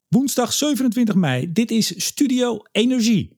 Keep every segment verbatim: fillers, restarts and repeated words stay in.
Woensdag zevenentwintig mei. Dit is Studio Energie.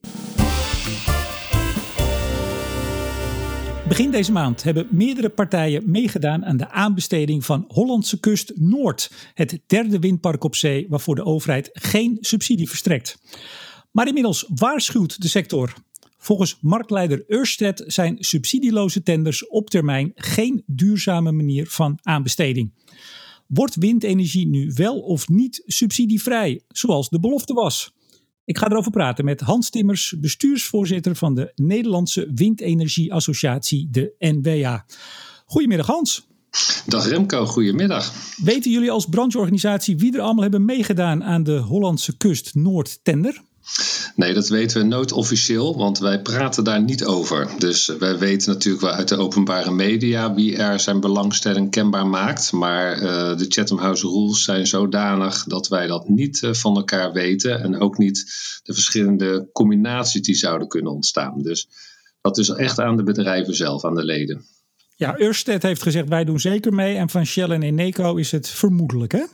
Begin deze maand hebben meerdere partijen meegedaan aan de aanbesteding van Hollandse Kust Noord. Het derde windpark op zee waarvoor de overheid geen subsidie verstrekt. Maar inmiddels waarschuwt de sector. Volgens marktleider Ørsted zijn subsidieloze tenders op termijn geen duurzame manier van aanbesteding. Wordt windenergie nu wel of niet subsidievrij, zoals de belofte was? Ik ga erover praten met Hans Timmers, bestuursvoorzitter van de Nederlandse Windenergieassociatie, de N W A. Goedemiddag Hans. Dag Remco, goedemiddag. Weten jullie als brancheorganisatie wie er allemaal hebben meegedaan aan de Hollandse Kust Noord tender? Nee, dat weten we nooit officieel, want wij praten daar niet over. Dus wij weten natuurlijk wel uit de openbare media wie er zijn belangstelling kenbaar maakt. Maar uh, de Chatham House Rules zijn zodanig dat wij dat niet uh, van elkaar weten. En ook niet de verschillende combinaties die zouden kunnen ontstaan. Dus dat is echt aan de bedrijven zelf, aan de leden. Ja, Ørsted heeft gezegd wij doen zeker mee. En van Shell en Eneco is het vermoedelijk, hè?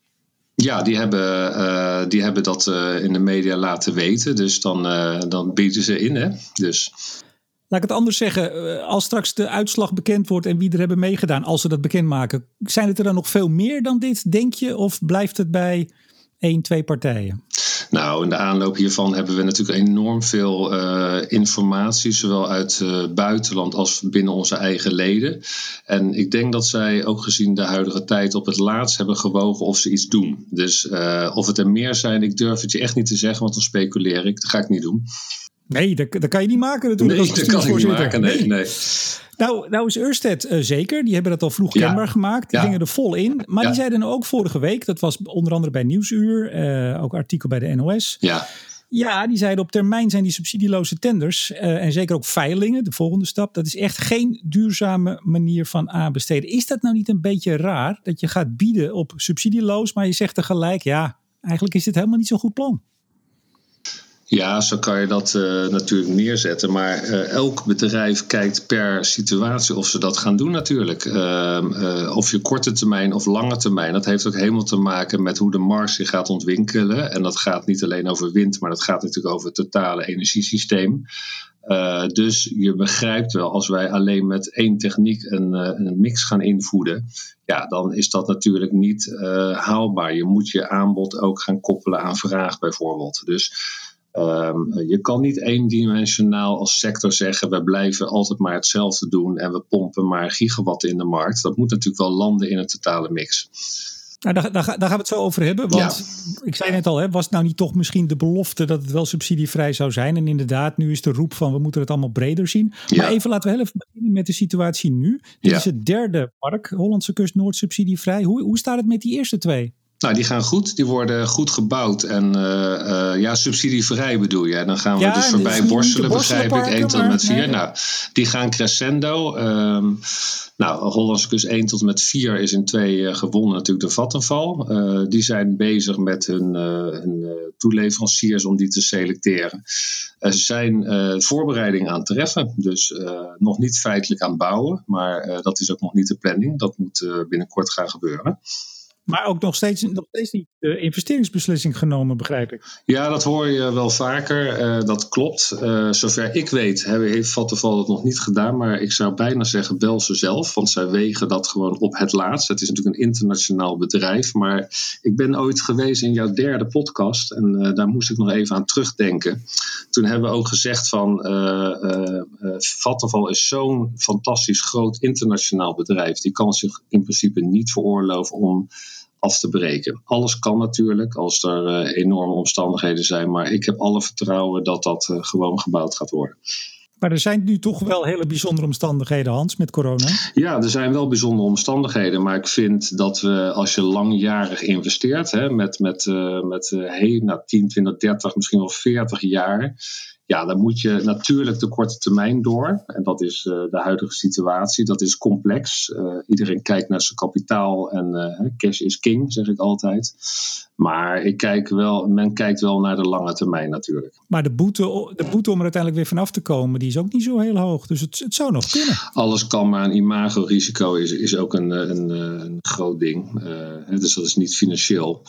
Ja, die hebben, uh, die hebben dat uh, in de media laten weten. Dus dan, uh, dan bieden ze in. Hè? Dus. Laat ik het anders zeggen. Als straks de uitslag bekend wordt en wie er hebben meegedaan, als ze dat bekendmaken, zijn het er dan nog veel meer dan dit, denk je? Of blijft het bij één, twee partijen? Nou, in de aanloop hiervan hebben we natuurlijk enorm veel uh, informatie, zowel uit het uh, buitenland als binnen onze eigen leden. En ik denk dat zij ook gezien de huidige tijd op het laatst hebben gewogen of ze iets doen. Dus uh, of het er meer zijn, ik durf het je echt niet te zeggen, want dan speculeer ik. Dat ga ik niet doen. Nee, dat, dat kan je niet maken natuurlijk. Nee, dat kan ik niet maken, nee. nee. Nou, nou is Ørsted uh, zeker. Die hebben dat al vroeg kenbaar ja. gemaakt. Die ja. gingen er vol in. Maar ja. die zeiden ook vorige week, dat was onder andere bij Nieuwsuur, uh, ook artikel bij de N O S. Ja. Ja, die zeiden op termijn zijn die subsidieloze tenders uh, en zeker ook veilingen, de volgende stap, dat is echt geen duurzame manier van aanbesteden. Is dat nou niet een beetje raar dat je gaat bieden op subsidieloos, maar je zegt tegelijk, ja, eigenlijk is dit helemaal niet zo'n goed plan? Ja, zo kan je dat uh, natuurlijk neerzetten. Maar uh, elk bedrijf kijkt per situatie of ze dat gaan doen natuurlijk. Uh, uh, of je korte termijn of lange termijn. Dat heeft ook helemaal te maken met hoe de markt zich gaat ontwikkelen. En dat gaat niet alleen over wind, maar dat gaat natuurlijk over het totale energiesysteem. Uh, dus je begrijpt wel, als wij alleen met één techniek een, uh, een mix gaan invoeden, ja, dan is dat natuurlijk niet uh, haalbaar. Je moet je aanbod ook gaan koppelen aan vraag bijvoorbeeld. Dus Um, je kan niet eendimensionaal als sector zeggen, we blijven altijd maar hetzelfde doen en we pompen maar gigawatt in de markt. Dat moet natuurlijk wel landen in een totale mix. Nou, daar, daar, daar gaan we het zo over hebben. Want ja. ik zei net al, hè, was het nou niet toch misschien de belofte dat het wel subsidievrij zou zijn? En inderdaad, nu is de roep van we moeten het allemaal breder zien. Ja. Maar even laten we heel even beginnen met de situatie nu. Dit ja. is het derde park, Hollandse Kust Noord subsidievrij. Hoe, hoe staat het met die eerste twee? Nou, die gaan goed. Die worden goed gebouwd. En uh, uh, ja, subsidievrij bedoel je. En dan gaan we ja, dus voorbij borstelen, begrijp ik. één tot en met vier. Nee. Nou, die gaan crescendo. Um, nou, Hollandse Kust één tot en met vier is in twee uh, gewonnen natuurlijk de Vattenfall. Uh, die zijn bezig met hun, uh, hun uh, toeleveranciers om die te selecteren. Er zijn uh, voorbereidingen aan het treffen. Dus uh, nog niet feitelijk aan bouwen. Maar uh, dat is ook nog niet de planning. Dat moet uh, binnenkort gaan gebeuren. Maar ook nog steeds, nog steeds niet de investeringsbeslissing genomen, begrijp ik. Ja, dat hoor je wel vaker. Uh, dat klopt. Uh, zover ik weet, heeft Vattenfall het nog niet gedaan. Maar ik zou bijna zeggen, bel ze zelf. Want zij wegen dat gewoon op het laatst. Het is natuurlijk een internationaal bedrijf. Maar ik ben ooit geweest in jouw derde podcast. En uh, daar moest ik nog even aan terugdenken. Toen hebben we ook gezegd van Uh, uh, uh, Vattenfall is zo'n fantastisch groot internationaal bedrijf. Die kan zich in principe niet veroorloven om af te breken. Alles kan natuurlijk als er uh, enorme omstandigheden zijn. Maar ik heb alle vertrouwen dat dat uh, gewoon gebouwd gaat worden. Maar er zijn nu toch wel hele bijzondere omstandigheden, Hans, met corona? Ja, er zijn wel bijzondere omstandigheden. Maar ik vind dat we, als je langjarig investeert, hè, met, met, uh, met uh, hey, nou, tien, twintig, dertig, misschien wel veertig jaar, ja, dan moet je natuurlijk de korte termijn door. En dat is uh, de huidige situatie. Dat is complex. Uh, iedereen kijkt naar zijn kapitaal en uh, cash is king, zeg ik altijd. Maar ik kijk wel, men kijkt wel naar de lange termijn natuurlijk. Maar de boete, de boete om er uiteindelijk weer vanaf te komen, die is ook niet zo heel hoog. Dus het, het zou nog kunnen. Alles kan, maar een imagorisico is, is ook een, een, een groot ding. Uh, dus dat is niet financieel.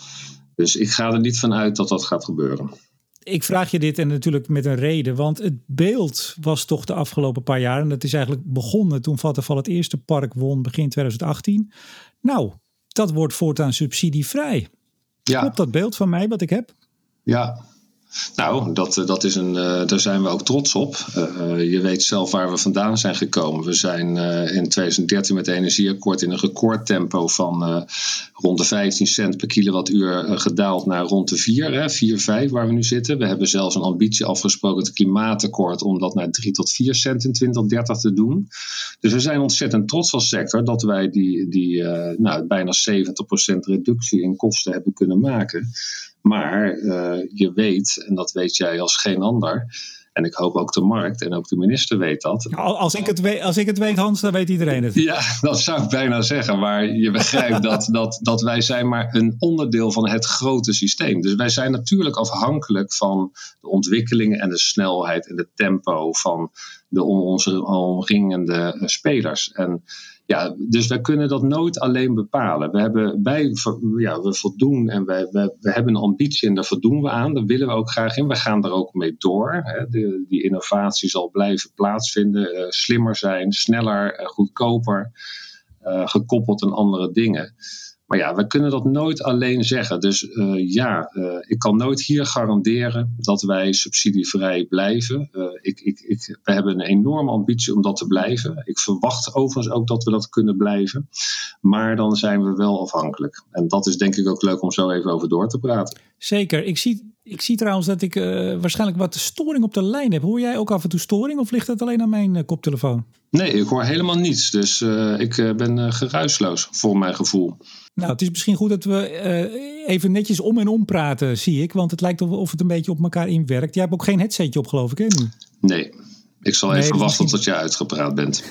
Dus ik ga er niet van uit dat dat gaat gebeuren. Ik vraag je dit en natuurlijk met een reden, want het beeld was toch de afgelopen paar jaar, en dat is eigenlijk begonnen toen Vattenfall het eerste park won begin twintig achttien. Nou, dat wordt voortaan subsidievrij. Ja. Klopt dat beeld van mij wat ik heb? Ja. Nou, dat, dat is een, uh, daar zijn we ook trots op. Uh, je weet zelf waar we vandaan zijn gekomen. We zijn uh, in twintig dertien met het energieakkoord in een recordtempo van uh, rond de vijftien cent per kilowattuur uh, gedaald naar rond de vier, hè, vier, vijf waar we nu zitten. We hebben zelfs een ambitie afgesproken, het klimaatakkoord, om dat naar drie tot vier cent in twintig dertig te doen. Dus we zijn ontzettend trots als sector dat wij die, die uh, nou, bijna zeventig procent reductie in kosten hebben kunnen maken. Maar uh, je weet, en dat weet jij als geen ander, en ik hoop ook de markt en ook de minister weet dat. Als ik het weet, als ik het weet Hans, dan weet iedereen het. Ja, dat zou ik bijna zeggen. Maar je begrijpt dat, dat, dat wij zijn maar een onderdeel van het grote systeem. Dus wij zijn natuurlijk afhankelijk van de ontwikkelingen en de snelheid en het tempo van de om onze omringende spelers. En ja, dus wij kunnen dat nooit alleen bepalen. We hebben bij, ja, we voldoen en wij, we, we hebben een ambitie en daar voldoen we aan. Daar willen we ook graag in. We gaan er ook mee door. Hè. De, die innovatie zal blijven plaatsvinden. Uh, slimmer zijn, sneller, uh, goedkoper, uh, gekoppeld aan andere dingen. Maar ja, we kunnen dat nooit alleen zeggen. Dus uh, ja, uh, ik kan nooit hier garanderen dat wij subsidievrij blijven. Uh, ik, ik, ik, we hebben een enorme ambitie om dat te blijven. Ik verwacht overigens ook dat we dat kunnen blijven. Maar dan zijn we wel afhankelijk. En dat is denk ik ook leuk om zo even over door te praten. Zeker. Ik zie, ik zie trouwens dat ik uh, waarschijnlijk wat storing op de lijn heb. Hoor jij ook af en toe storing of ligt dat alleen aan mijn uh, koptelefoon? Nee, ik hoor helemaal niets. Dus uh, ik uh, ben uh, geruisloos voor mijn gevoel. Nou, het is misschien goed dat we uh, even netjes om en om praten, zie ik. Want het lijkt of het een beetje op elkaar inwerkt. Jij hebt ook geen headsetje op, geloof ik, hè? Nu? Nee, ik zal nee, even wachten misschien... tot je uitgepraat bent.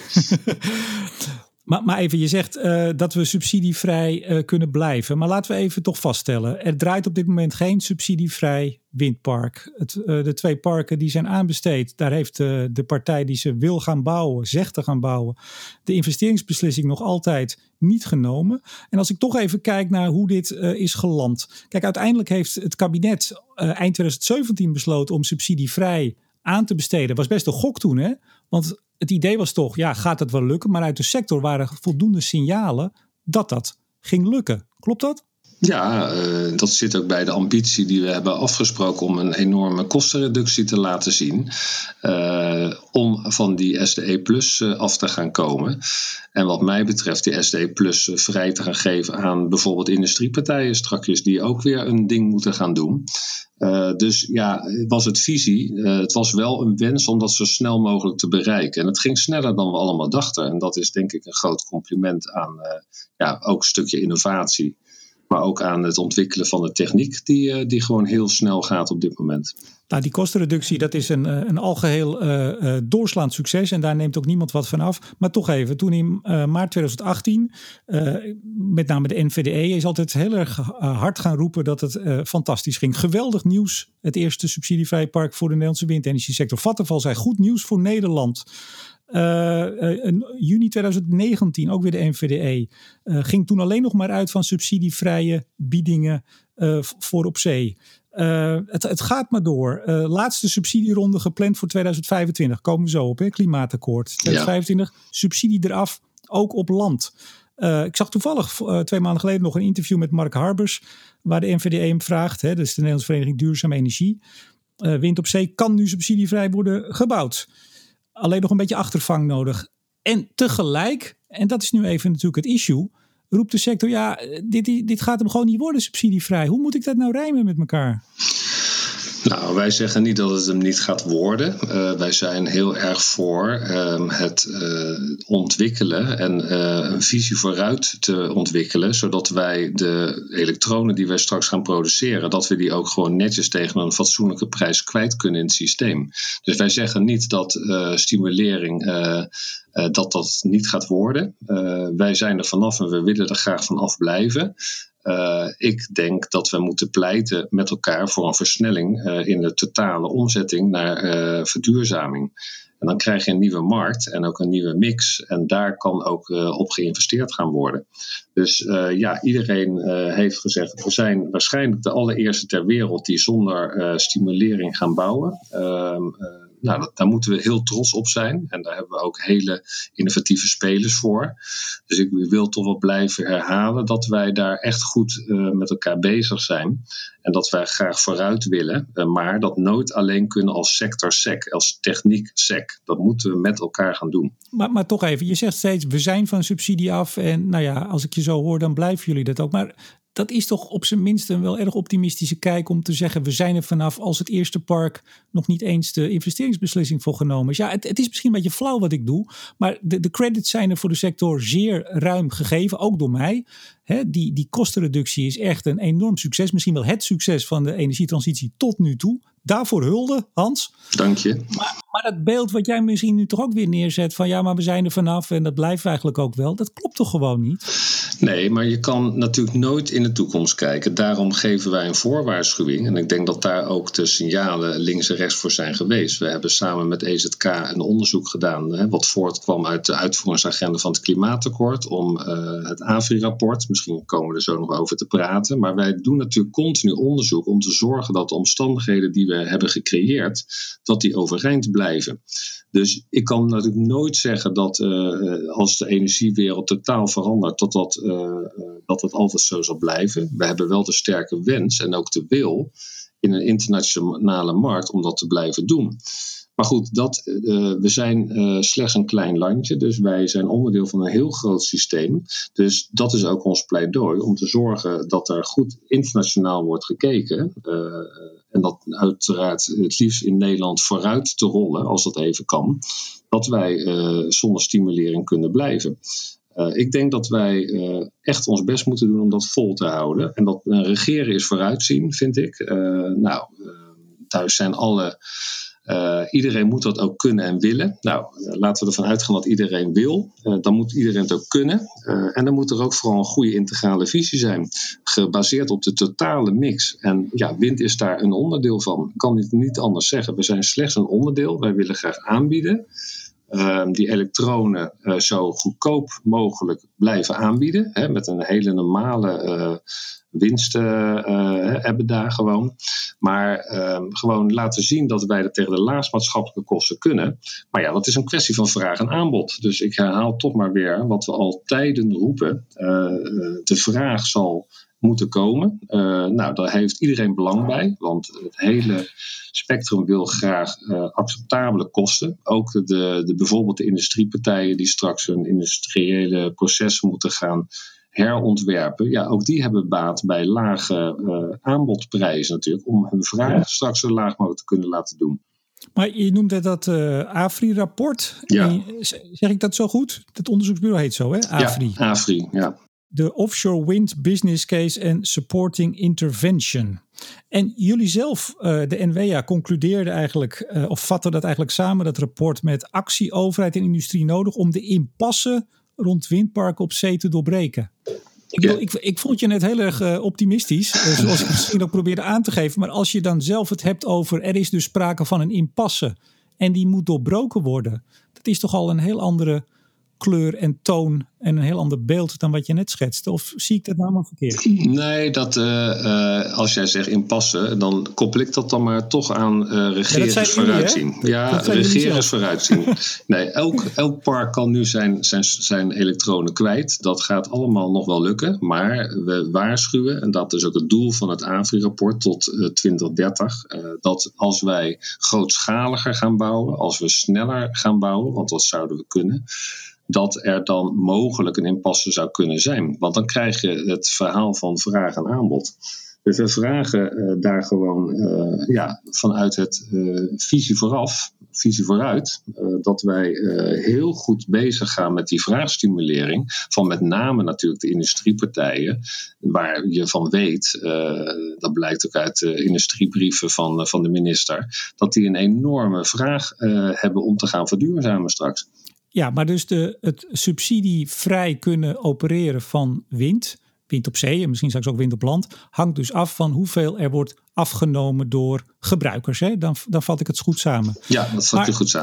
maar, maar even, je zegt uh, dat we subsidievrij uh, kunnen blijven. Maar laten we even toch vaststellen. Er draait op dit moment geen subsidievrij windpark. Het, uh, de twee parken die zijn aanbesteed. Daar heeft uh, de partij die ze wil gaan bouwen, zegt te gaan bouwen, de investeringsbeslissing nog altijd niet genomen. En als ik toch even kijk naar hoe dit uh, is geland. Kijk, uiteindelijk heeft het kabinet uh, eind twintig zeventien besloten om subsidievrij aan te besteden. Was best een gok toen, hè? Want het idee was toch, ja, gaat dat wel lukken? Maar uit de sector waren voldoende signalen dat dat ging lukken. Klopt dat? Ja, uh, dat zit ook bij de ambitie die we hebben afgesproken om een enorme kostenreductie te laten zien. Uh, om van die S D E Plus uh, af te gaan komen. En wat mij betreft die S D E Plus uh, vrij te gaan geven aan bijvoorbeeld industriepartijen strakjes die ook weer een ding moeten gaan doen. Uh, dus ja, was het visie. Uh, het was wel een wens om dat zo snel mogelijk te bereiken. En het ging sneller dan we allemaal dachten. En dat is denk ik een groot compliment aan uh, ja, ook een stukje innovatie. Maar ook aan het ontwikkelen van de techniek die, die gewoon heel snel gaat op dit moment. Nou, die kostenreductie, dat is een, een algeheel uh, uh, doorslaand succes. En daar neemt ook niemand wat van af. Maar toch even, toen in uh, maart twintig achttien, uh, met name de N V D E, is altijd heel erg uh, hard gaan roepen dat het uh, fantastisch ging. Geweldig nieuws, het eerste subsidievrij park voor de Nederlandse windenergiesector. Vattenfall zei goed nieuws voor Nederland. Uh, uh, in juni twintig negentien, ook weer de N V D E, uh, ging toen alleen nog maar uit van subsidievrije biedingen uh, voor op zee. Uh, het, het gaat maar door. Uh, laatste subsidieronde gepland voor twintig vijfentwintig. Komen we zo op, hè? Klimaatakkoord. twintig vijfentwintig, ja. Subsidie eraf, ook op land. Uh, ik zag toevallig uh, twee maanden geleden nog een interview met Mark Harbers, waar de N V D E hem vraagt, hè, dus de Nederlandse Vereniging Duurzame Energie. Uh, wind op zee kan nu subsidievrij worden gebouwd. Alleen nog een beetje achtervang nodig. En tegelijk, en dat is nu even natuurlijk het issue, roept de sector, ja, dit, dit gaat hem gewoon niet worden subsidievrij. Hoe moet ik dat nou rijmen met elkaar? Nou, wij zeggen niet dat het hem niet gaat worden. Uh, wij zijn heel erg voor uh, het uh, ontwikkelen en uh, een visie vooruit te ontwikkelen, zodat wij de elektronen die wij straks gaan produceren, dat we die ook gewoon netjes tegen een fatsoenlijke prijs kwijt kunnen in het systeem. Dus wij zeggen niet dat uh, stimulering uh, uh, dat dat niet gaat worden. Uh, wij zijn er vanaf en we willen er graag vanaf blijven. Uh, ik denk dat we moeten pleiten met elkaar voor een versnelling uh, in de totale omzetting naar uh, verduurzaming. En dan krijg je een nieuwe markt en ook een nieuwe mix. En daar kan ook uh, op geïnvesteerd gaan worden. Dus uh, ja, iedereen uh, heeft gezegd, we zijn waarschijnlijk de allereerste ter wereld die zonder uh, stimulering gaan bouwen. Uh, uh, Nou, dat, daar moeten we heel trots op zijn. En daar hebben we ook hele innovatieve spelers voor. Dus ik wil toch wel blijven herhalen dat wij daar echt goed uh, met elkaar bezig zijn. En dat wij graag vooruit willen. Uh, maar dat nooit alleen kunnen als sector sec, als techniek sec. Dat moeten we met elkaar gaan doen. Maar, maar toch even, je zegt steeds, we zijn van subsidie af. En nou ja, als ik je zo hoor, dan blijven jullie dat ook. Maar dat is toch op zijn minst een wel erg optimistische kijk om te zeggen, we zijn er vanaf als het eerste park nog niet eens de investeringsbeslissing voor genomen is. Ja, het, het is misschien een beetje flauw wat ik doe, maar de, de credits zijn er voor de sector zeer ruim gegeven, ook door mij. He, die, die kostenreductie is echt een enorm succes, misschien wel het succes van de energietransitie tot nu toe. Daarvoor hulde, Hans. Dank je. Maar, maar dat beeld wat jij misschien nu toch ook weer neerzet van ja, maar we zijn er vanaf en dat blijft eigenlijk ook wel, dat klopt toch gewoon niet? Nee, maar je kan natuurlijk nooit in de toekomst kijken. Daarom geven wij een voorwaarschuwing. En ik denk dat daar ook de signalen links en rechts voor zijn geweest. We hebben samen met E Z K een onderzoek gedaan, hè, wat voortkwam uit de uitvoeringsagenda van het Klimaatakkoord om uh, het A V R I-rapport. Misschien komen we er zo nog over te praten. Maar wij doen natuurlijk continu onderzoek om te zorgen dat de omstandigheden die we hebben gecreëerd, dat die overeind blijven. Dus ik kan natuurlijk nooit zeggen dat uh, als de energiewereld totaal verandert, dat dat, uh, uh, dat het altijd zo zal blijven. We hebben wel de sterke wens en ook de wil in een internationale markt om dat te blijven doen. Maar goed, dat, uh, we zijn uh, slechts een klein landje, dus wij zijn onderdeel van een heel groot systeem. Dus dat is ook ons pleidooi om te zorgen dat er goed internationaal wordt gekeken. Uh, en dat uiteraard het liefst in Nederland vooruit te rollen, als dat even kan. Dat wij uh, zonder stimulering kunnen blijven. Uh, ik denk dat wij uh, echt ons best moeten doen om dat vol te houden. En dat uh, regeren is vooruitzien, vind ik. Uh, nou, uh, thuis zijn alle... Uh, iedereen moet dat ook kunnen en willen. Nou, uh, laten we ervan uitgaan dat iedereen wil. Uh, dan moet iedereen het ook kunnen. Uh, en dan moet er ook vooral een goede integrale visie zijn. Gebaseerd op de totale mix. En ja, wind is daar een onderdeel van. Ik kan het niet anders zeggen. We zijn slechts een onderdeel. Wij willen graag aanbieden. Uh, die elektronen uh, zo goedkoop mogelijk blijven aanbieden. Hè, met een hele normale uh, winst uh, uh, hebben daar gewoon. Maar uh, gewoon laten zien dat wij dat tegen de laagst maatschappelijke kosten kunnen. Maar ja, dat is een kwestie van vraag en aanbod. Dus ik herhaal toch maar weer wat we al tijden roepen. Uh, de vraag zal moeten komen. Uh, nou, daar heeft iedereen belang bij. Want het hele spectrum wil graag uh, acceptabele kosten. Ook de, de, bijvoorbeeld de industriepartijen die straks hun industriële processen moeten gaan herontwerpen. Ja, ook die hebben baat bij lage uh, aanbodprijzen natuurlijk. Om hun vraag straks zo laag mogelijk te kunnen laten doen. Maar je noemde dat uh, A V R I-rapport. Ja. Zeg ik dat zo goed? Het onderzoeksbureau heet zo, hè? A V R I. Ja, A V R I, ja. De Offshore Wind Business Case and Supporting Intervention. En jullie zelf, uh, de N W A, concludeerden eigenlijk, uh, of vatten dat eigenlijk samen, dat rapport met actie, overheid en industrie nodig om de impasse rond windparken op zee te doorbreken. Ik, bedoel, ja. ik, ik vond je net heel erg uh, optimistisch, uh, zoals ik misschien ook probeerde aan te geven. Maar als je dan zelf het hebt over, er is dus sprake van een impasse en die moet doorbroken worden. Dat is toch al een heel andere kleur en toon en een heel ander beeld dan wat je net schetste. Of zie ik dat nou maar verkeerd? Nee, dat, uh, uh, als jij zegt inpassen, dan koppel ik dat dan maar toch aan uh, regeren is vooruitzien. Ja, regeren is vooruitzien. Nee, elk, elk park kan nu zijn, zijn, zijn elektronen kwijt. Dat gaat allemaal nog wel lukken. Maar we waarschuwen, en dat is ook het doel van het A V R I-rapport tot uh, twintig dertig, uh, dat als wij grootschaliger gaan bouwen, als we sneller gaan bouwen, want dat zouden we kunnen, dat er dan mogelijk een impasse zou kunnen zijn. Want dan krijg je het verhaal van vraag en aanbod. Dus we vragen uh, daar gewoon uh, ja, vanuit het uh, visie vooraf, visie vooruit, uh, dat wij uh, heel goed bezig gaan met die vraagstimulering van met name natuurlijk de industriepartijen, waar je van weet, uh, dat blijkt ook uit de industriebrieven van, uh, van de minister, dat die een enorme vraag uh, hebben om te gaan verduurzamen straks. Ja, maar dus de, het subsidievrij kunnen opereren van wind, wind op zee en misschien straks ook wind op land, hangt dus af van hoeveel er wordt afgenomen door gebruikers. Hè? Dan, dan vat ik het goed samen. Ja, dat vat je goed samen.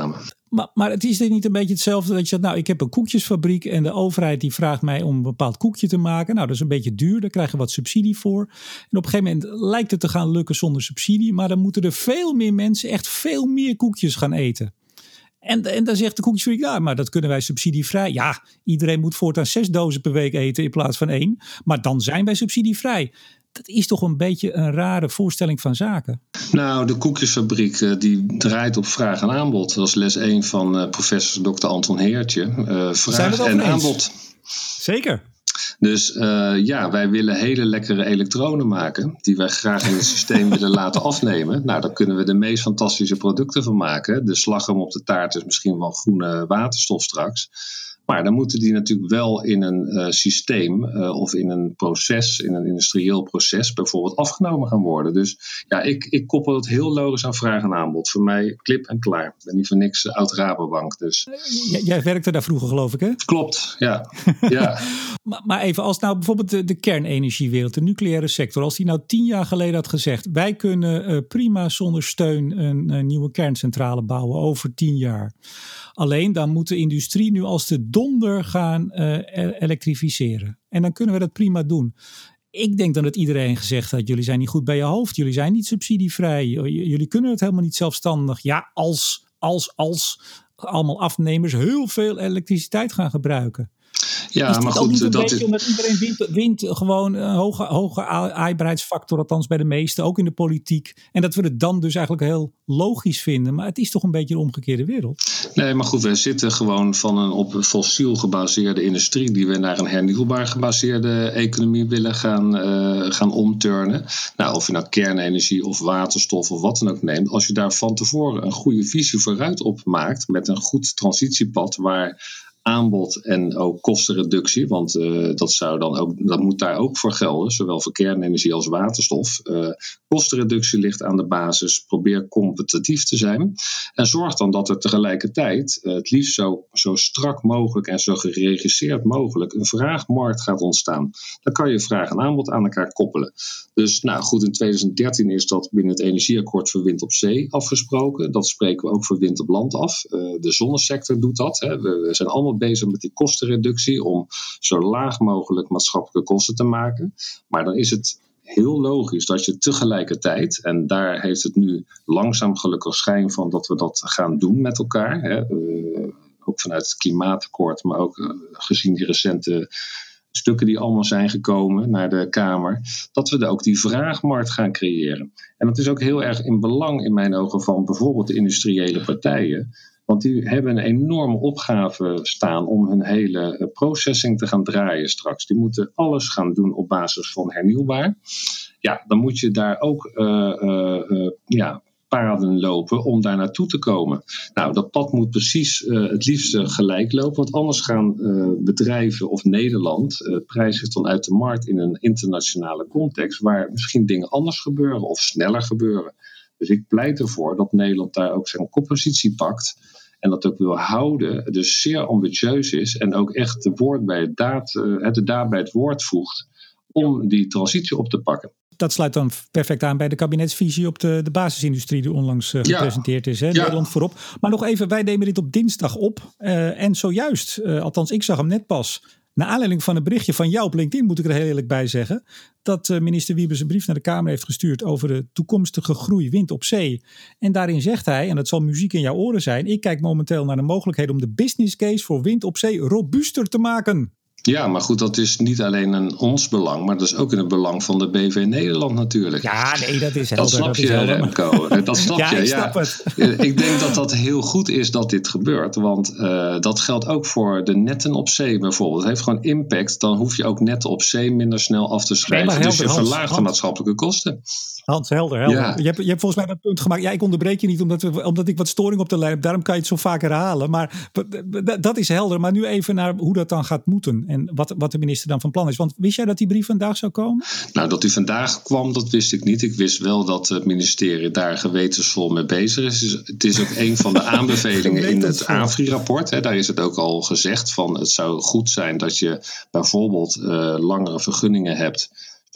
Maar, maar het is niet een beetje hetzelfde dat je zegt, nou, ik heb een koekjesfabriek en de overheid die vraagt mij om een bepaald koekje te maken. Nou, dat is een beetje duur, daar krijg je wat subsidie voor. En op een gegeven moment lijkt het te gaan lukken zonder subsidie, maar dan moeten er veel meer mensen echt veel meer koekjes gaan eten. En, en dan zegt de koekjesfabriek, ja, maar dat kunnen wij subsidievrij. Ja, iedereen moet voortaan zes dozen per week eten in plaats van één. Maar dan zijn wij subsidievrij. Dat is toch een beetje een rare voorstelling van zaken. Nou, de koekjesfabriek die draait op vraag en aanbod. Dat is les één van uh, professor dokter Anton Heertje. Uh, vraag en aanbod. Zeker. Dus uh, ja, wij willen hele lekkere elektronen maken die wij graag in het systeem willen laten afnemen. Nou, daar kunnen we de meest fantastische producten van maken. De slagroom op de taart is misschien wel groene waterstof straks. Maar dan moeten die natuurlijk wel in een uh, systeem uh, of in een proces, in een industrieel proces bijvoorbeeld afgenomen gaan worden. Dus ja, ik, ik koppel het heel logisch aan vraag en aanbod. Voor mij klip en klaar. Ik ben niet voor niks uh, oud Rabobank. Dus. J- jij werkte daar vroeger, geloof ik, hè? Klopt, ja. ja. maar, maar even, als nou bijvoorbeeld de, de kernenergiewereld, de nucleaire sector, als die nou tien jaar geleden had gezegd, wij kunnen uh, prima zonder steun een, een nieuwe kerncentrale bouwen over tien jaar. Alleen dan moet de industrie nu als de donder gaan uh, elektrificeren. En dan kunnen we dat prima doen. Ik denk dan dat iedereen gezegd had, jullie zijn niet goed bij je hoofd. Jullie zijn niet subsidievrij. J- jullie kunnen het helemaal niet zelfstandig. Ja, als, als, als allemaal afnemers heel veel elektriciteit gaan gebruiken. Ja, is dit maar ook goed, niet een dat beetje is... omdat iedereen wint, wint gewoon een hoge, hoge aaibaarheidsfactor, althans bij de meesten, ook in de politiek. En dat we het dan dus eigenlijk heel logisch vinden. Maar het is toch een beetje de omgekeerde wereld. Nee, maar goed, we zitten gewoon van een op fossiel gebaseerde industrie die we naar een hernieuwbaar gebaseerde economie willen gaan, uh, gaan omturnen. Nou, of je nou kernenergie of waterstof of wat dan ook neemt. Als je daar van tevoren een goede visie vooruit op maakt met een goed transitiepad waar aanbod en ook kostenreductie, want uh, dat, zou dan ook, dat moet daar ook voor gelden, zowel voor kernenergie als waterstof. Uh, kostenreductie ligt aan de basis, probeer competitief te zijn en zorg dan dat er tegelijkertijd uh, het liefst zo, zo strak mogelijk en zo geregisseerd mogelijk een vraagmarkt gaat ontstaan. Dan kan je vraag en aanbod aan elkaar koppelen. Dus nou goed, in twintig dertien is dat binnen het energieakkoord voor wind op zee afgesproken. Dat spreken we ook voor wind op land af. Uh, de zonnesector doet dat. Hè. We, we zijn allemaal bezig met die kostenreductie om zo laag mogelijk maatschappelijke kosten te maken. Maar dan is het heel logisch dat je tegelijkertijd, en daar heeft het nu langzaam gelukkig schijn van dat we dat gaan doen met elkaar. Hè. Uh, ook vanuit het klimaatakkoord, maar ook uh, gezien die recente stukken die allemaal zijn gekomen naar de Kamer, dat we er ook die vraagmarkt gaan creëren. En dat is ook heel erg in belang in mijn ogen van bijvoorbeeld de industriële partijen. Want die hebben een enorme opgave staan om hun hele processing te gaan draaien straks. Die moeten alles gaan doen op basis van hernieuwbaar. Ja, dan moet je daar ook uh, uh, uh, ja, paden lopen om daar naartoe te komen. Nou, dat pad moet precies uh, het liefste gelijk lopen. Want anders gaan uh, bedrijven of Nederland uh, prijzen zich dan uit de markt in een internationale context waar misschien dingen anders gebeuren of sneller gebeuren. Dus ik pleit ervoor dat Nederland daar ook zijn koppositie pakt en dat ook wil houden, dus zeer ambitieus is en ook echt de, woord bij het daad, uh, de daad bij het woord voegt om die transitie op te pakken. Dat sluit dan perfect aan bij de kabinetsvisie op de, de basisindustrie die onlangs uh, gepresenteerd ja. is. Hè? Ja. Nederland voorop. Maar nog even, wij nemen dit op dinsdag op. Uh, en zojuist, uh, althans ik zag hem net pas, naar aanleiding van een berichtje van jou op LinkedIn, moet ik er heel eerlijk bij zeggen, dat uh, minister Wiebes een brief naar de Kamer heeft gestuurd over de toekomstige groei wind op zee. En daarin zegt hij, en dat zal muziek in jouw oren zijn, ik kijk momenteel naar de mogelijkheden om de business case voor wind op zee robuuster te maken. Ja, maar goed, dat is niet alleen in ons belang, maar dat is ook in het belang van de B V Nederland natuurlijk. Ja, nee, dat is helder. Dat snap dat je, is helder, Remco. Dat snap ja, je. Ik ja, snap het. Ik denk dat dat heel goed is dat dit gebeurt, want uh, dat geldt ook voor de netten op zee bijvoorbeeld. Het heeft gewoon impact, dan hoef je ook netten op zee minder snel af te schrijven. Nee, dus je Hans, verlaagt Hans. de maatschappelijke kosten. Hans, helder, helder. Ja. Je, hebt, je hebt volgens mij dat punt gemaakt. Ja, ik onderbreek je niet omdat, we, omdat ik wat storing op de lijn heb. Daarom kan je het zo vaak herhalen. Maar dat is helder. Maar nu even naar hoe dat dan gaat moeten. En wat, wat de minister dan van plan is. Want wist jij dat die brief vandaag zou komen? Nou, dat die vandaag kwam, dat wist ik niet. Ik wist wel dat het ministerie daar gewetensvol mee bezig is. Het is ook een van de aanbevelingen in het A F R I-rapport. Hè. Daar is het ook al gezegd van het zou goed zijn dat je bijvoorbeeld uh, langere vergunningen hebt,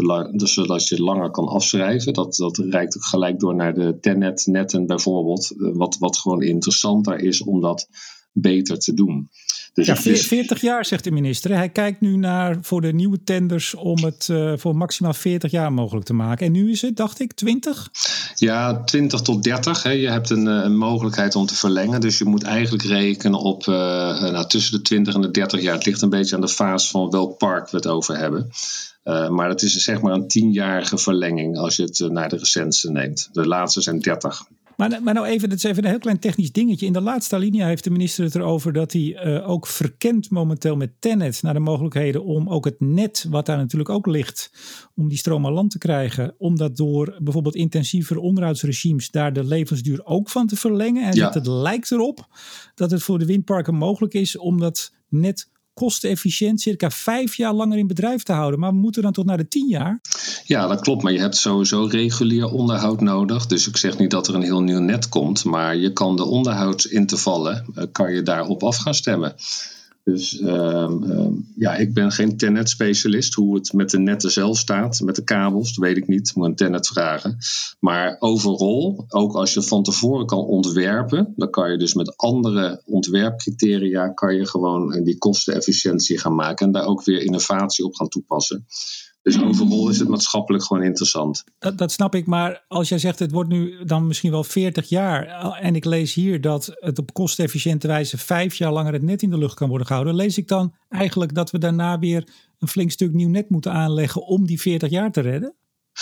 Dus zodat je langer kan afschrijven. Dat, dat reikt ook gelijk door naar de Tennet-netten bijvoorbeeld. Wat, wat gewoon interessanter is om dat beter te doen. Dus ja, is, veertig jaar zegt de minister. Hij kijkt nu naar voor de nieuwe tenders om het uh, voor maximaal veertig jaar mogelijk te maken. En nu is het, dacht ik, twintig? Ja, twintig tot dertig. Hè. Je hebt een, een mogelijkheid om te verlengen. Dus je moet eigenlijk rekenen op uh, nou, tussen de twintig en de dertig jaar. Het ligt een beetje aan de fase van welk park we het over hebben. Uh, maar dat is zeg maar een tienjarige verlenging als je het uh, naar de recentste neemt. De laatste zijn dertig. Maar, maar nou even, dat is even een heel klein technisch dingetje. In de laatste alinea heeft de minister het erover dat hij uh, ook verkent momenteel met Tennet naar de mogelijkheden om ook het net, wat daar natuurlijk ook ligt, om die stroom aan land te krijgen, om dat door bijvoorbeeld intensievere onderhoudsregimes daar de levensduur ook van te verlengen. En ja. Het lijkt erop dat het voor de windparken mogelijk is om dat net kostenefficiënt circa vijf jaar langer in bedrijf te houden. Maar we moeten dan tot naar de tien jaar? Ja, dat klopt. Maar je hebt sowieso regulier onderhoud nodig. Dus ik zeg niet dat er een heel nieuw net komt. Maar je kan de onderhoudsintervallen, kan je daarop af gaan stemmen. Dus uh, uh, ja, ik ben geen Tennet-specialist. Hoe het met de netten zelf staat, met de kabels, dat weet ik niet. Moet een Tennet vragen. Maar overal, ook als je van tevoren kan ontwerpen, dan kan je dus met andere ontwerpcriteria kan je gewoon die kostenefficiëntie gaan maken en daar ook weer innovatie op gaan toepassen. Dus overal is het maatschappelijk gewoon interessant. Dat, dat snap ik, maar als jij zegt het wordt nu dan misschien wel veertig jaar en ik lees hier dat het op kostenefficiënte wijze vijf jaar langer het net in de lucht kan worden gehouden, lees ik dan eigenlijk dat we daarna weer een flink stuk nieuw net moeten aanleggen om die veertig jaar te redden?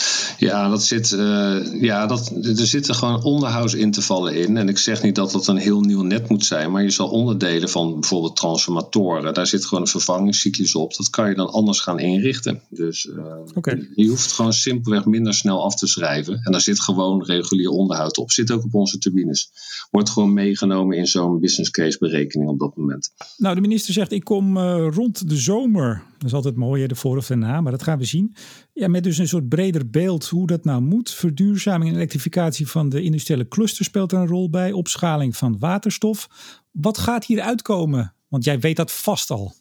Ja, dat zit, uh, ja dat, er zitten gewoon onderhoudsintervallen in. En ik zeg niet dat dat een heel nieuw net moet zijn. Maar je zal onderdelen van bijvoorbeeld transformatoren. Daar zit gewoon een vervangingscyclus op. Dat kan je dan anders gaan inrichten. Dus uh, okay. Je hoeft gewoon simpelweg minder snel af te schrijven. En daar zit gewoon regulier onderhoud op. Zit ook op onze turbines. Wordt gewoon meegenomen in zo'n business case berekening op dat moment. Nou, de minister zegt ik kom uh, rond de zomer. Dat is altijd mooi, de voor of daarna. Maar dat gaan we zien. Ja, met dus een soort breder beeld hoe dat nou moet. Verduurzaming en elektrificatie van de industriële cluster speelt er een rol bij. Opschaling van waterstof. Wat gaat hier uitkomen? Want jij weet dat vast al.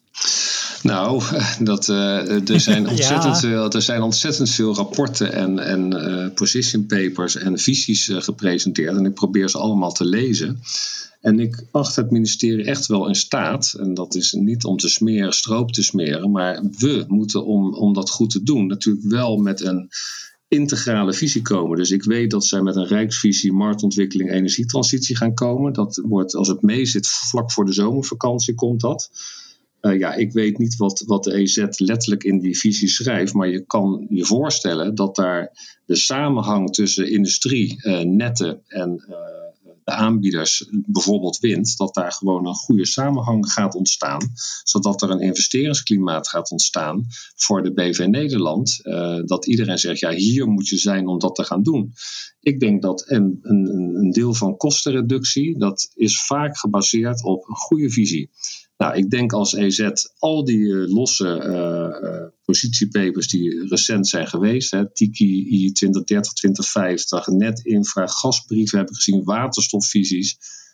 Nou, dat, uh, er, zijn ontzettend ja. veel, er zijn ontzettend veel rapporten en, en uh, position papers en visies uh, gepresenteerd. En ik probeer ze allemaal te lezen. En ik acht het ministerie echt wel in staat, en dat is niet om te smeren, stroop te smeren, maar we moeten om, om dat goed te doen natuurlijk wel met een integrale visie komen. Dus ik weet dat zij met een rijksvisie marktontwikkeling energietransitie gaan komen. Dat wordt, als het mee zit, vlak voor de zomervakantie komt dat. Uh, ja, ik weet niet wat, wat de E Z letterlijk in die visie schrijft, maar je kan je voorstellen dat daar de samenhang tussen industrie, uh, netten en uh, de aanbieders, bijvoorbeeld wind, dat daar gewoon een goede samenhang gaat ontstaan, zodat er een investeringsklimaat gaat ontstaan voor de B V Nederland, uh, dat iedereen zegt, ja, hier moet je zijn om dat te gaan doen. Ik denk dat een, een, een deel van kostenreductie, dat is vaak gebaseerd op een goede visie. Nou, ik denk als E Z al die uh, losse uh, uh, positiepapers die recent zijn geweest, hè, Tiki, I twintig dertig, twintig vijftig, net infra, gasbrieven hebben gezien, waterstofvisies.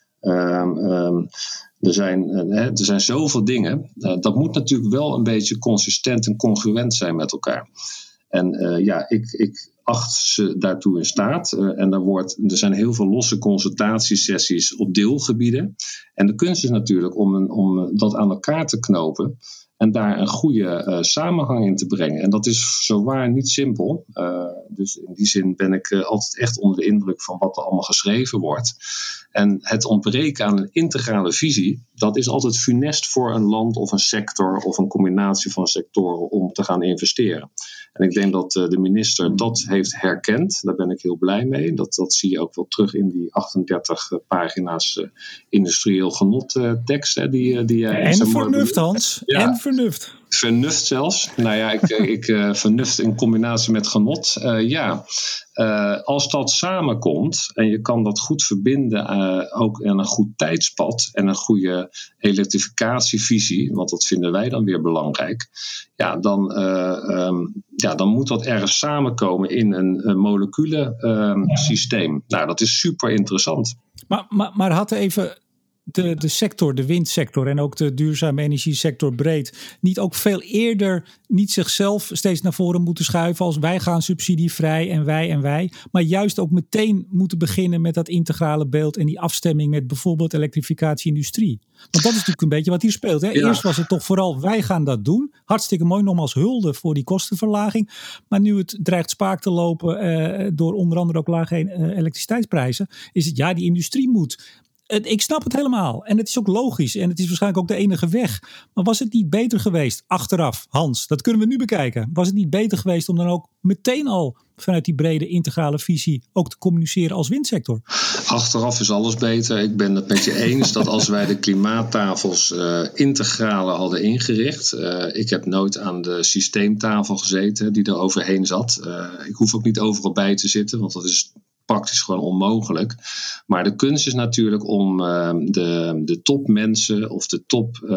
Um, um, er, zijn, uh, er zijn zoveel dingen. Uh, dat moet natuurlijk wel een beetje consistent en congruent zijn met elkaar. En uh, ja, ik, ik acht ze daartoe in staat. Uh, en er, wordt, er zijn heel veel losse consultatiesessies op deelgebieden. En de kunst is natuurlijk om, een, om dat aan elkaar te knopen en daar een goede uh, samenhang in te brengen. En dat is zowaar niet simpel. Uh, dus in die zin ben ik uh, altijd echt onder de indruk van wat er allemaal geschreven wordt. En het ontbreken aan een integrale visie, dat is altijd funest voor een land of een sector of een combinatie van sectoren om te gaan investeren. En ik denk dat uh, de minister dat heeft herkend. Daar ben ik heel blij mee. Dat, dat zie je ook wel terug in die achtendertig uh, pagina's uh, industrieel genot uh, tekst. Hè, die, die, uh, en vernuft, Hans. Ja. En vernuft. Vernuft zelfs. Nou ja, ik, ik uh, vernuft in combinatie met genot. Uh, ja, uh, als dat samenkomt en je kan dat goed verbinden uh, ook aan een goed tijdspad en een goede elektrificatievisie, want dat vinden wij dan weer belangrijk. Ja, dan, uh, um, ja, dan moet dat ergens samenkomen in een, een moleculensysteem. Um, nou, dat is super interessant. Maar, maar, maar had even de, de sector, de windsector en ook de duurzame energiesector breed niet ook veel eerder niet zichzelf steeds naar voren moeten schuiven als wij gaan subsidievrij en wij en wij, maar juist ook meteen moeten beginnen met dat integrale beeld en die afstemming met bijvoorbeeld elektrificatie-industrie? Want dat is natuurlijk een beetje wat hier speelt. Hè? Ja. Eerst was het toch vooral wij gaan dat doen. Hartstikke mooi, nogmaals hulde voor die kostenverlaging. Maar nu het dreigt spaak te lopen uh, door onder andere ook lage uh, elektriciteitsprijzen, is het ja, die industrie moet. Ik snap het helemaal. En het is ook logisch. En het is waarschijnlijk ook de enige weg. Maar was het niet beter geweest, achteraf, Hans, dat kunnen we nu bekijken. Was het niet beter geweest om dan ook meteen al vanuit die brede integrale visie ook te communiceren als windsector? Achteraf is alles beter. Ik ben het met je eens dat als wij de klimaattafels uh, integrale hadden ingericht. Uh, ik heb nooit aan de systeemtafel gezeten die er overheen zat. Uh, ik hoef ook niet overal bij te zitten, want dat is praktisch gewoon onmogelijk. Maar de kunst is natuurlijk om uh, de, de topmensen of de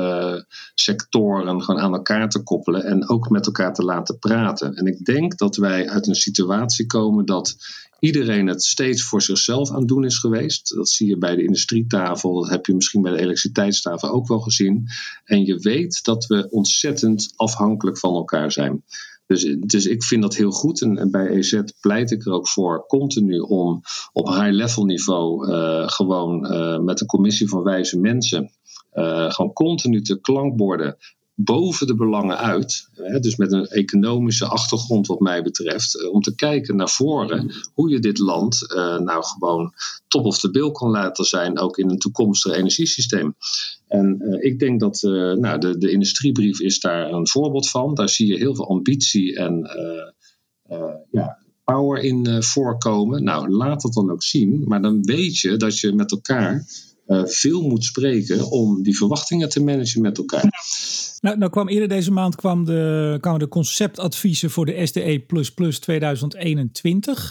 topsectoren uh, gewoon aan elkaar te koppelen en ook met elkaar te laten praten. En ik denk dat wij uit een situatie komen dat iedereen het steeds voor zichzelf aan het doen is geweest. Dat zie je bij de industrietafel, dat heb je misschien bij de elektriciteitstafel ook wel gezien. En je weet dat we ontzettend afhankelijk van elkaar zijn. Dus, dus ik vind dat heel goed en, en bij E Z pleit ik er ook voor continu om op high-level niveau uh, gewoon uh, met de commissie van wijze mensen uh, gewoon continu te klankborden boven de belangen uit. Hè, dus met een economische achtergrond wat mij betreft. Uh, om te kijken naar voren hoe je dit land uh, nou gewoon top of the bill kan laten zijn. Ook in een toekomstig energiesysteem. En uh, ik denk dat uh, nou, de, de industriebrief is daar een voorbeeld van. Daar zie je heel veel ambitie en uh, uh, ja, power in uh, voorkomen. Nou, laat dat dan ook zien. Maar dan weet je dat je met elkaar uh, veel moet spreken om die verwachtingen te managen met elkaar. Nou, nou kwam eerder deze maand kwam de, kwamen de conceptadviezen voor de S D E plus plus tweeduizend eenentwintig.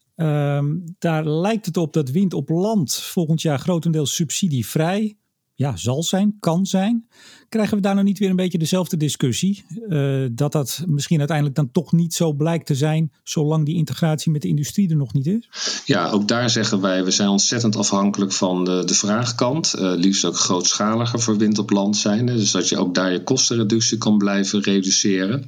Um, daar lijkt het op dat wind op land volgend jaar grotendeels subsidievrij ja, zal zijn, kan zijn. Krijgen we daar nou niet weer een beetje dezelfde discussie? Uh, dat dat misschien uiteindelijk dan toch niet zo blijkt te zijn, zolang die integratie met de industrie er nog niet is? Ja, ook daar zeggen wij, we zijn ontzettend afhankelijk van de, de vraagkant. Uh, liefst ook grootschaliger voor wind op land zijn. Hè, dus dat je ook daar je kostenreductie kan blijven reduceren.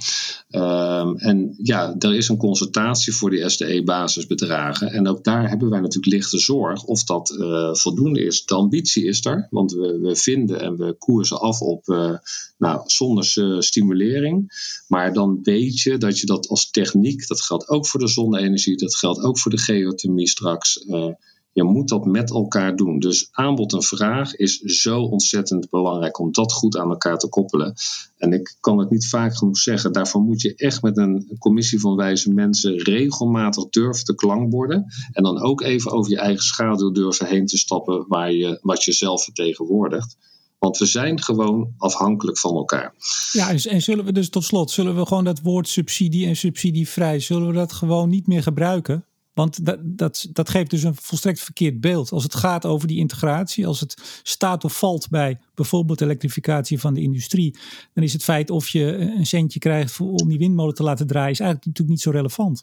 Uh, en ja, er is een consultatie voor die S D E-basisbedragen. En ook daar hebben wij natuurlijk lichte zorg of dat uh, voldoende is. De ambitie is er, want we, we vinden en we koersen af op uh, nou, zonder uh, stimulering. Maar dan weet je dat je dat als techniek, dat geldt ook voor de zonne-energie, dat geldt ook voor de geothermie straks. Uh, je moet dat met elkaar doen. Dus aanbod en vraag is zo ontzettend belangrijk om dat goed aan elkaar te koppelen. En ik kan het niet vaak genoeg zeggen. Daarvoor moet je echt met een commissie van wijze mensen regelmatig durven te klankborden. En dan ook even over je eigen schaduw durven heen te stappen waar je, wat je zelf vertegenwoordigt. Want we zijn gewoon afhankelijk van elkaar. Ja, en zullen we dus tot slot, zullen we gewoon dat woord subsidie en subsidievrij, zullen we dat gewoon niet meer gebruiken? Want dat, dat, dat geeft dus een volstrekt verkeerd beeld. Als het gaat over die integratie, als het staat of valt bij bijvoorbeeld elektrificatie van de industrie, dan is het feit of je een centje krijgt om die windmolen te laten draaien, is eigenlijk natuurlijk niet zo relevant.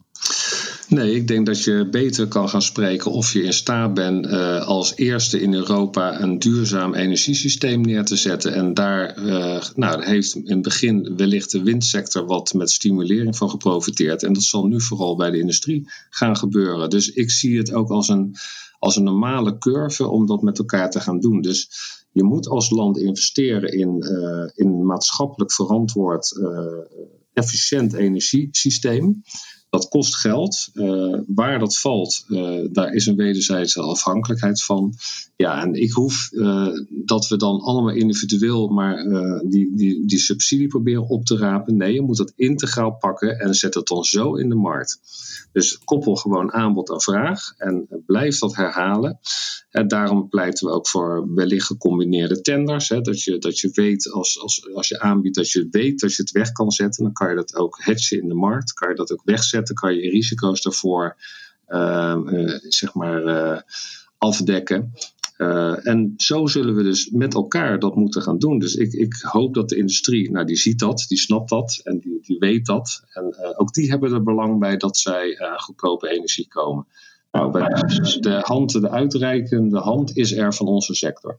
Nee, ik denk dat je beter kan gaan spreken of je in staat bent uh, als eerste in Europa een duurzaam energiesysteem neer te zetten. En daar uh, nou, heeft in het begin wellicht de windsector wat met stimulering van geprofiteerd. En dat zal nu vooral bij de industrie gaan gebeuren. Dus ik zie het ook als een, als een normale curve om dat met elkaar te gaan doen. Dus je moet als land investeren in, uh, in een maatschappelijk verantwoord, uh, efficiënt energiesysteem. Dat kost geld. Uh, waar dat valt, uh, daar is een wederzijdse afhankelijkheid van. Ja, en ik hoef uh, dat we dan allemaal individueel maar uh, die, die, die subsidie proberen op te rapen. Nee, je moet dat integraal pakken en zet het dan zo in de markt. Dus koppel gewoon aanbod en vraag en blijf dat herhalen. En daarom pleiten we ook voor wellicht gecombineerde tenders. Hè, dat, je, dat je weet, als, als, als je aanbiedt, dat je weet dat je het weg kan zetten. Dan kan je dat ook hedgen in de markt. Kan je dat ook wegzetten. Kan je risico's daarvoor uh, uh, zeg maar, uh, afdekken. Uh, en zo zullen we dus met elkaar dat moeten gaan doen. Dus ik, ik hoop dat de industrie, nou die ziet dat, die snapt dat en die, die weet dat. En uh, ook die hebben er belang bij dat zij aan uh, goedkope energie komen. Nou, de hand, de uitreikende hand is er van onze sector.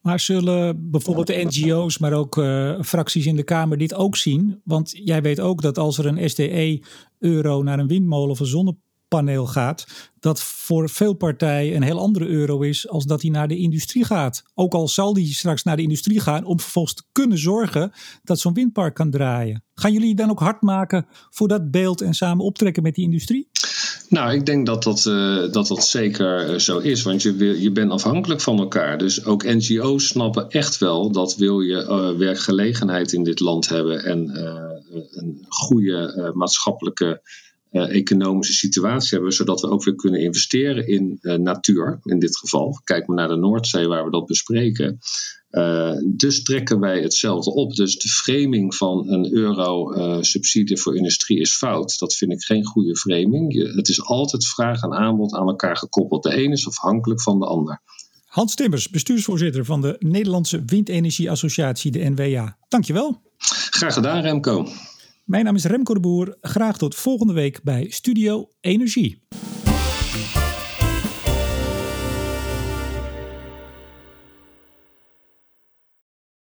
Maar zullen bijvoorbeeld de N G O's, maar ook uh, fracties in de Kamer dit ook zien? Want jij weet ook dat als er een S D E-euro naar een windmolen of een zonnepaneel gaat, dat voor veel partijen een heel andere euro is als dat die naar de industrie gaat. Ook al zal die straks naar de industrie gaan om vervolgens te kunnen zorgen dat zo'n windpark kan draaien. Gaan jullie dan ook hard maken voor dat beeld en samen optrekken met die industrie? Nou, ik denk dat dat, uh, dat, dat zeker uh, zo is, want je, wil, je bent afhankelijk van elkaar. Dus ook N G O's snappen echt wel dat wil je uh, werkgelegenheid in dit land hebben en uh, een goede uh, maatschappelijke uh, economische situatie hebben, zodat we ook weer kunnen investeren in uh, natuur, in dit geval. Kijk maar naar de Noordzee waar we dat bespreken. Uh, dus trekken wij hetzelfde op. Dus de framing van een euro uh, subsidie voor industrie is fout. Dat vind ik geen goede framing. Je, het is altijd vraag en aanbod aan elkaar gekoppeld. De een is afhankelijk van de ander. Hans Timmers, bestuursvoorzitter van de Nederlandse Windenergie-associatie, de N W A. Dankjewel. Graag gedaan, Remco. Mijn naam is Remco de Boer. Graag tot volgende week bij Studio Energie.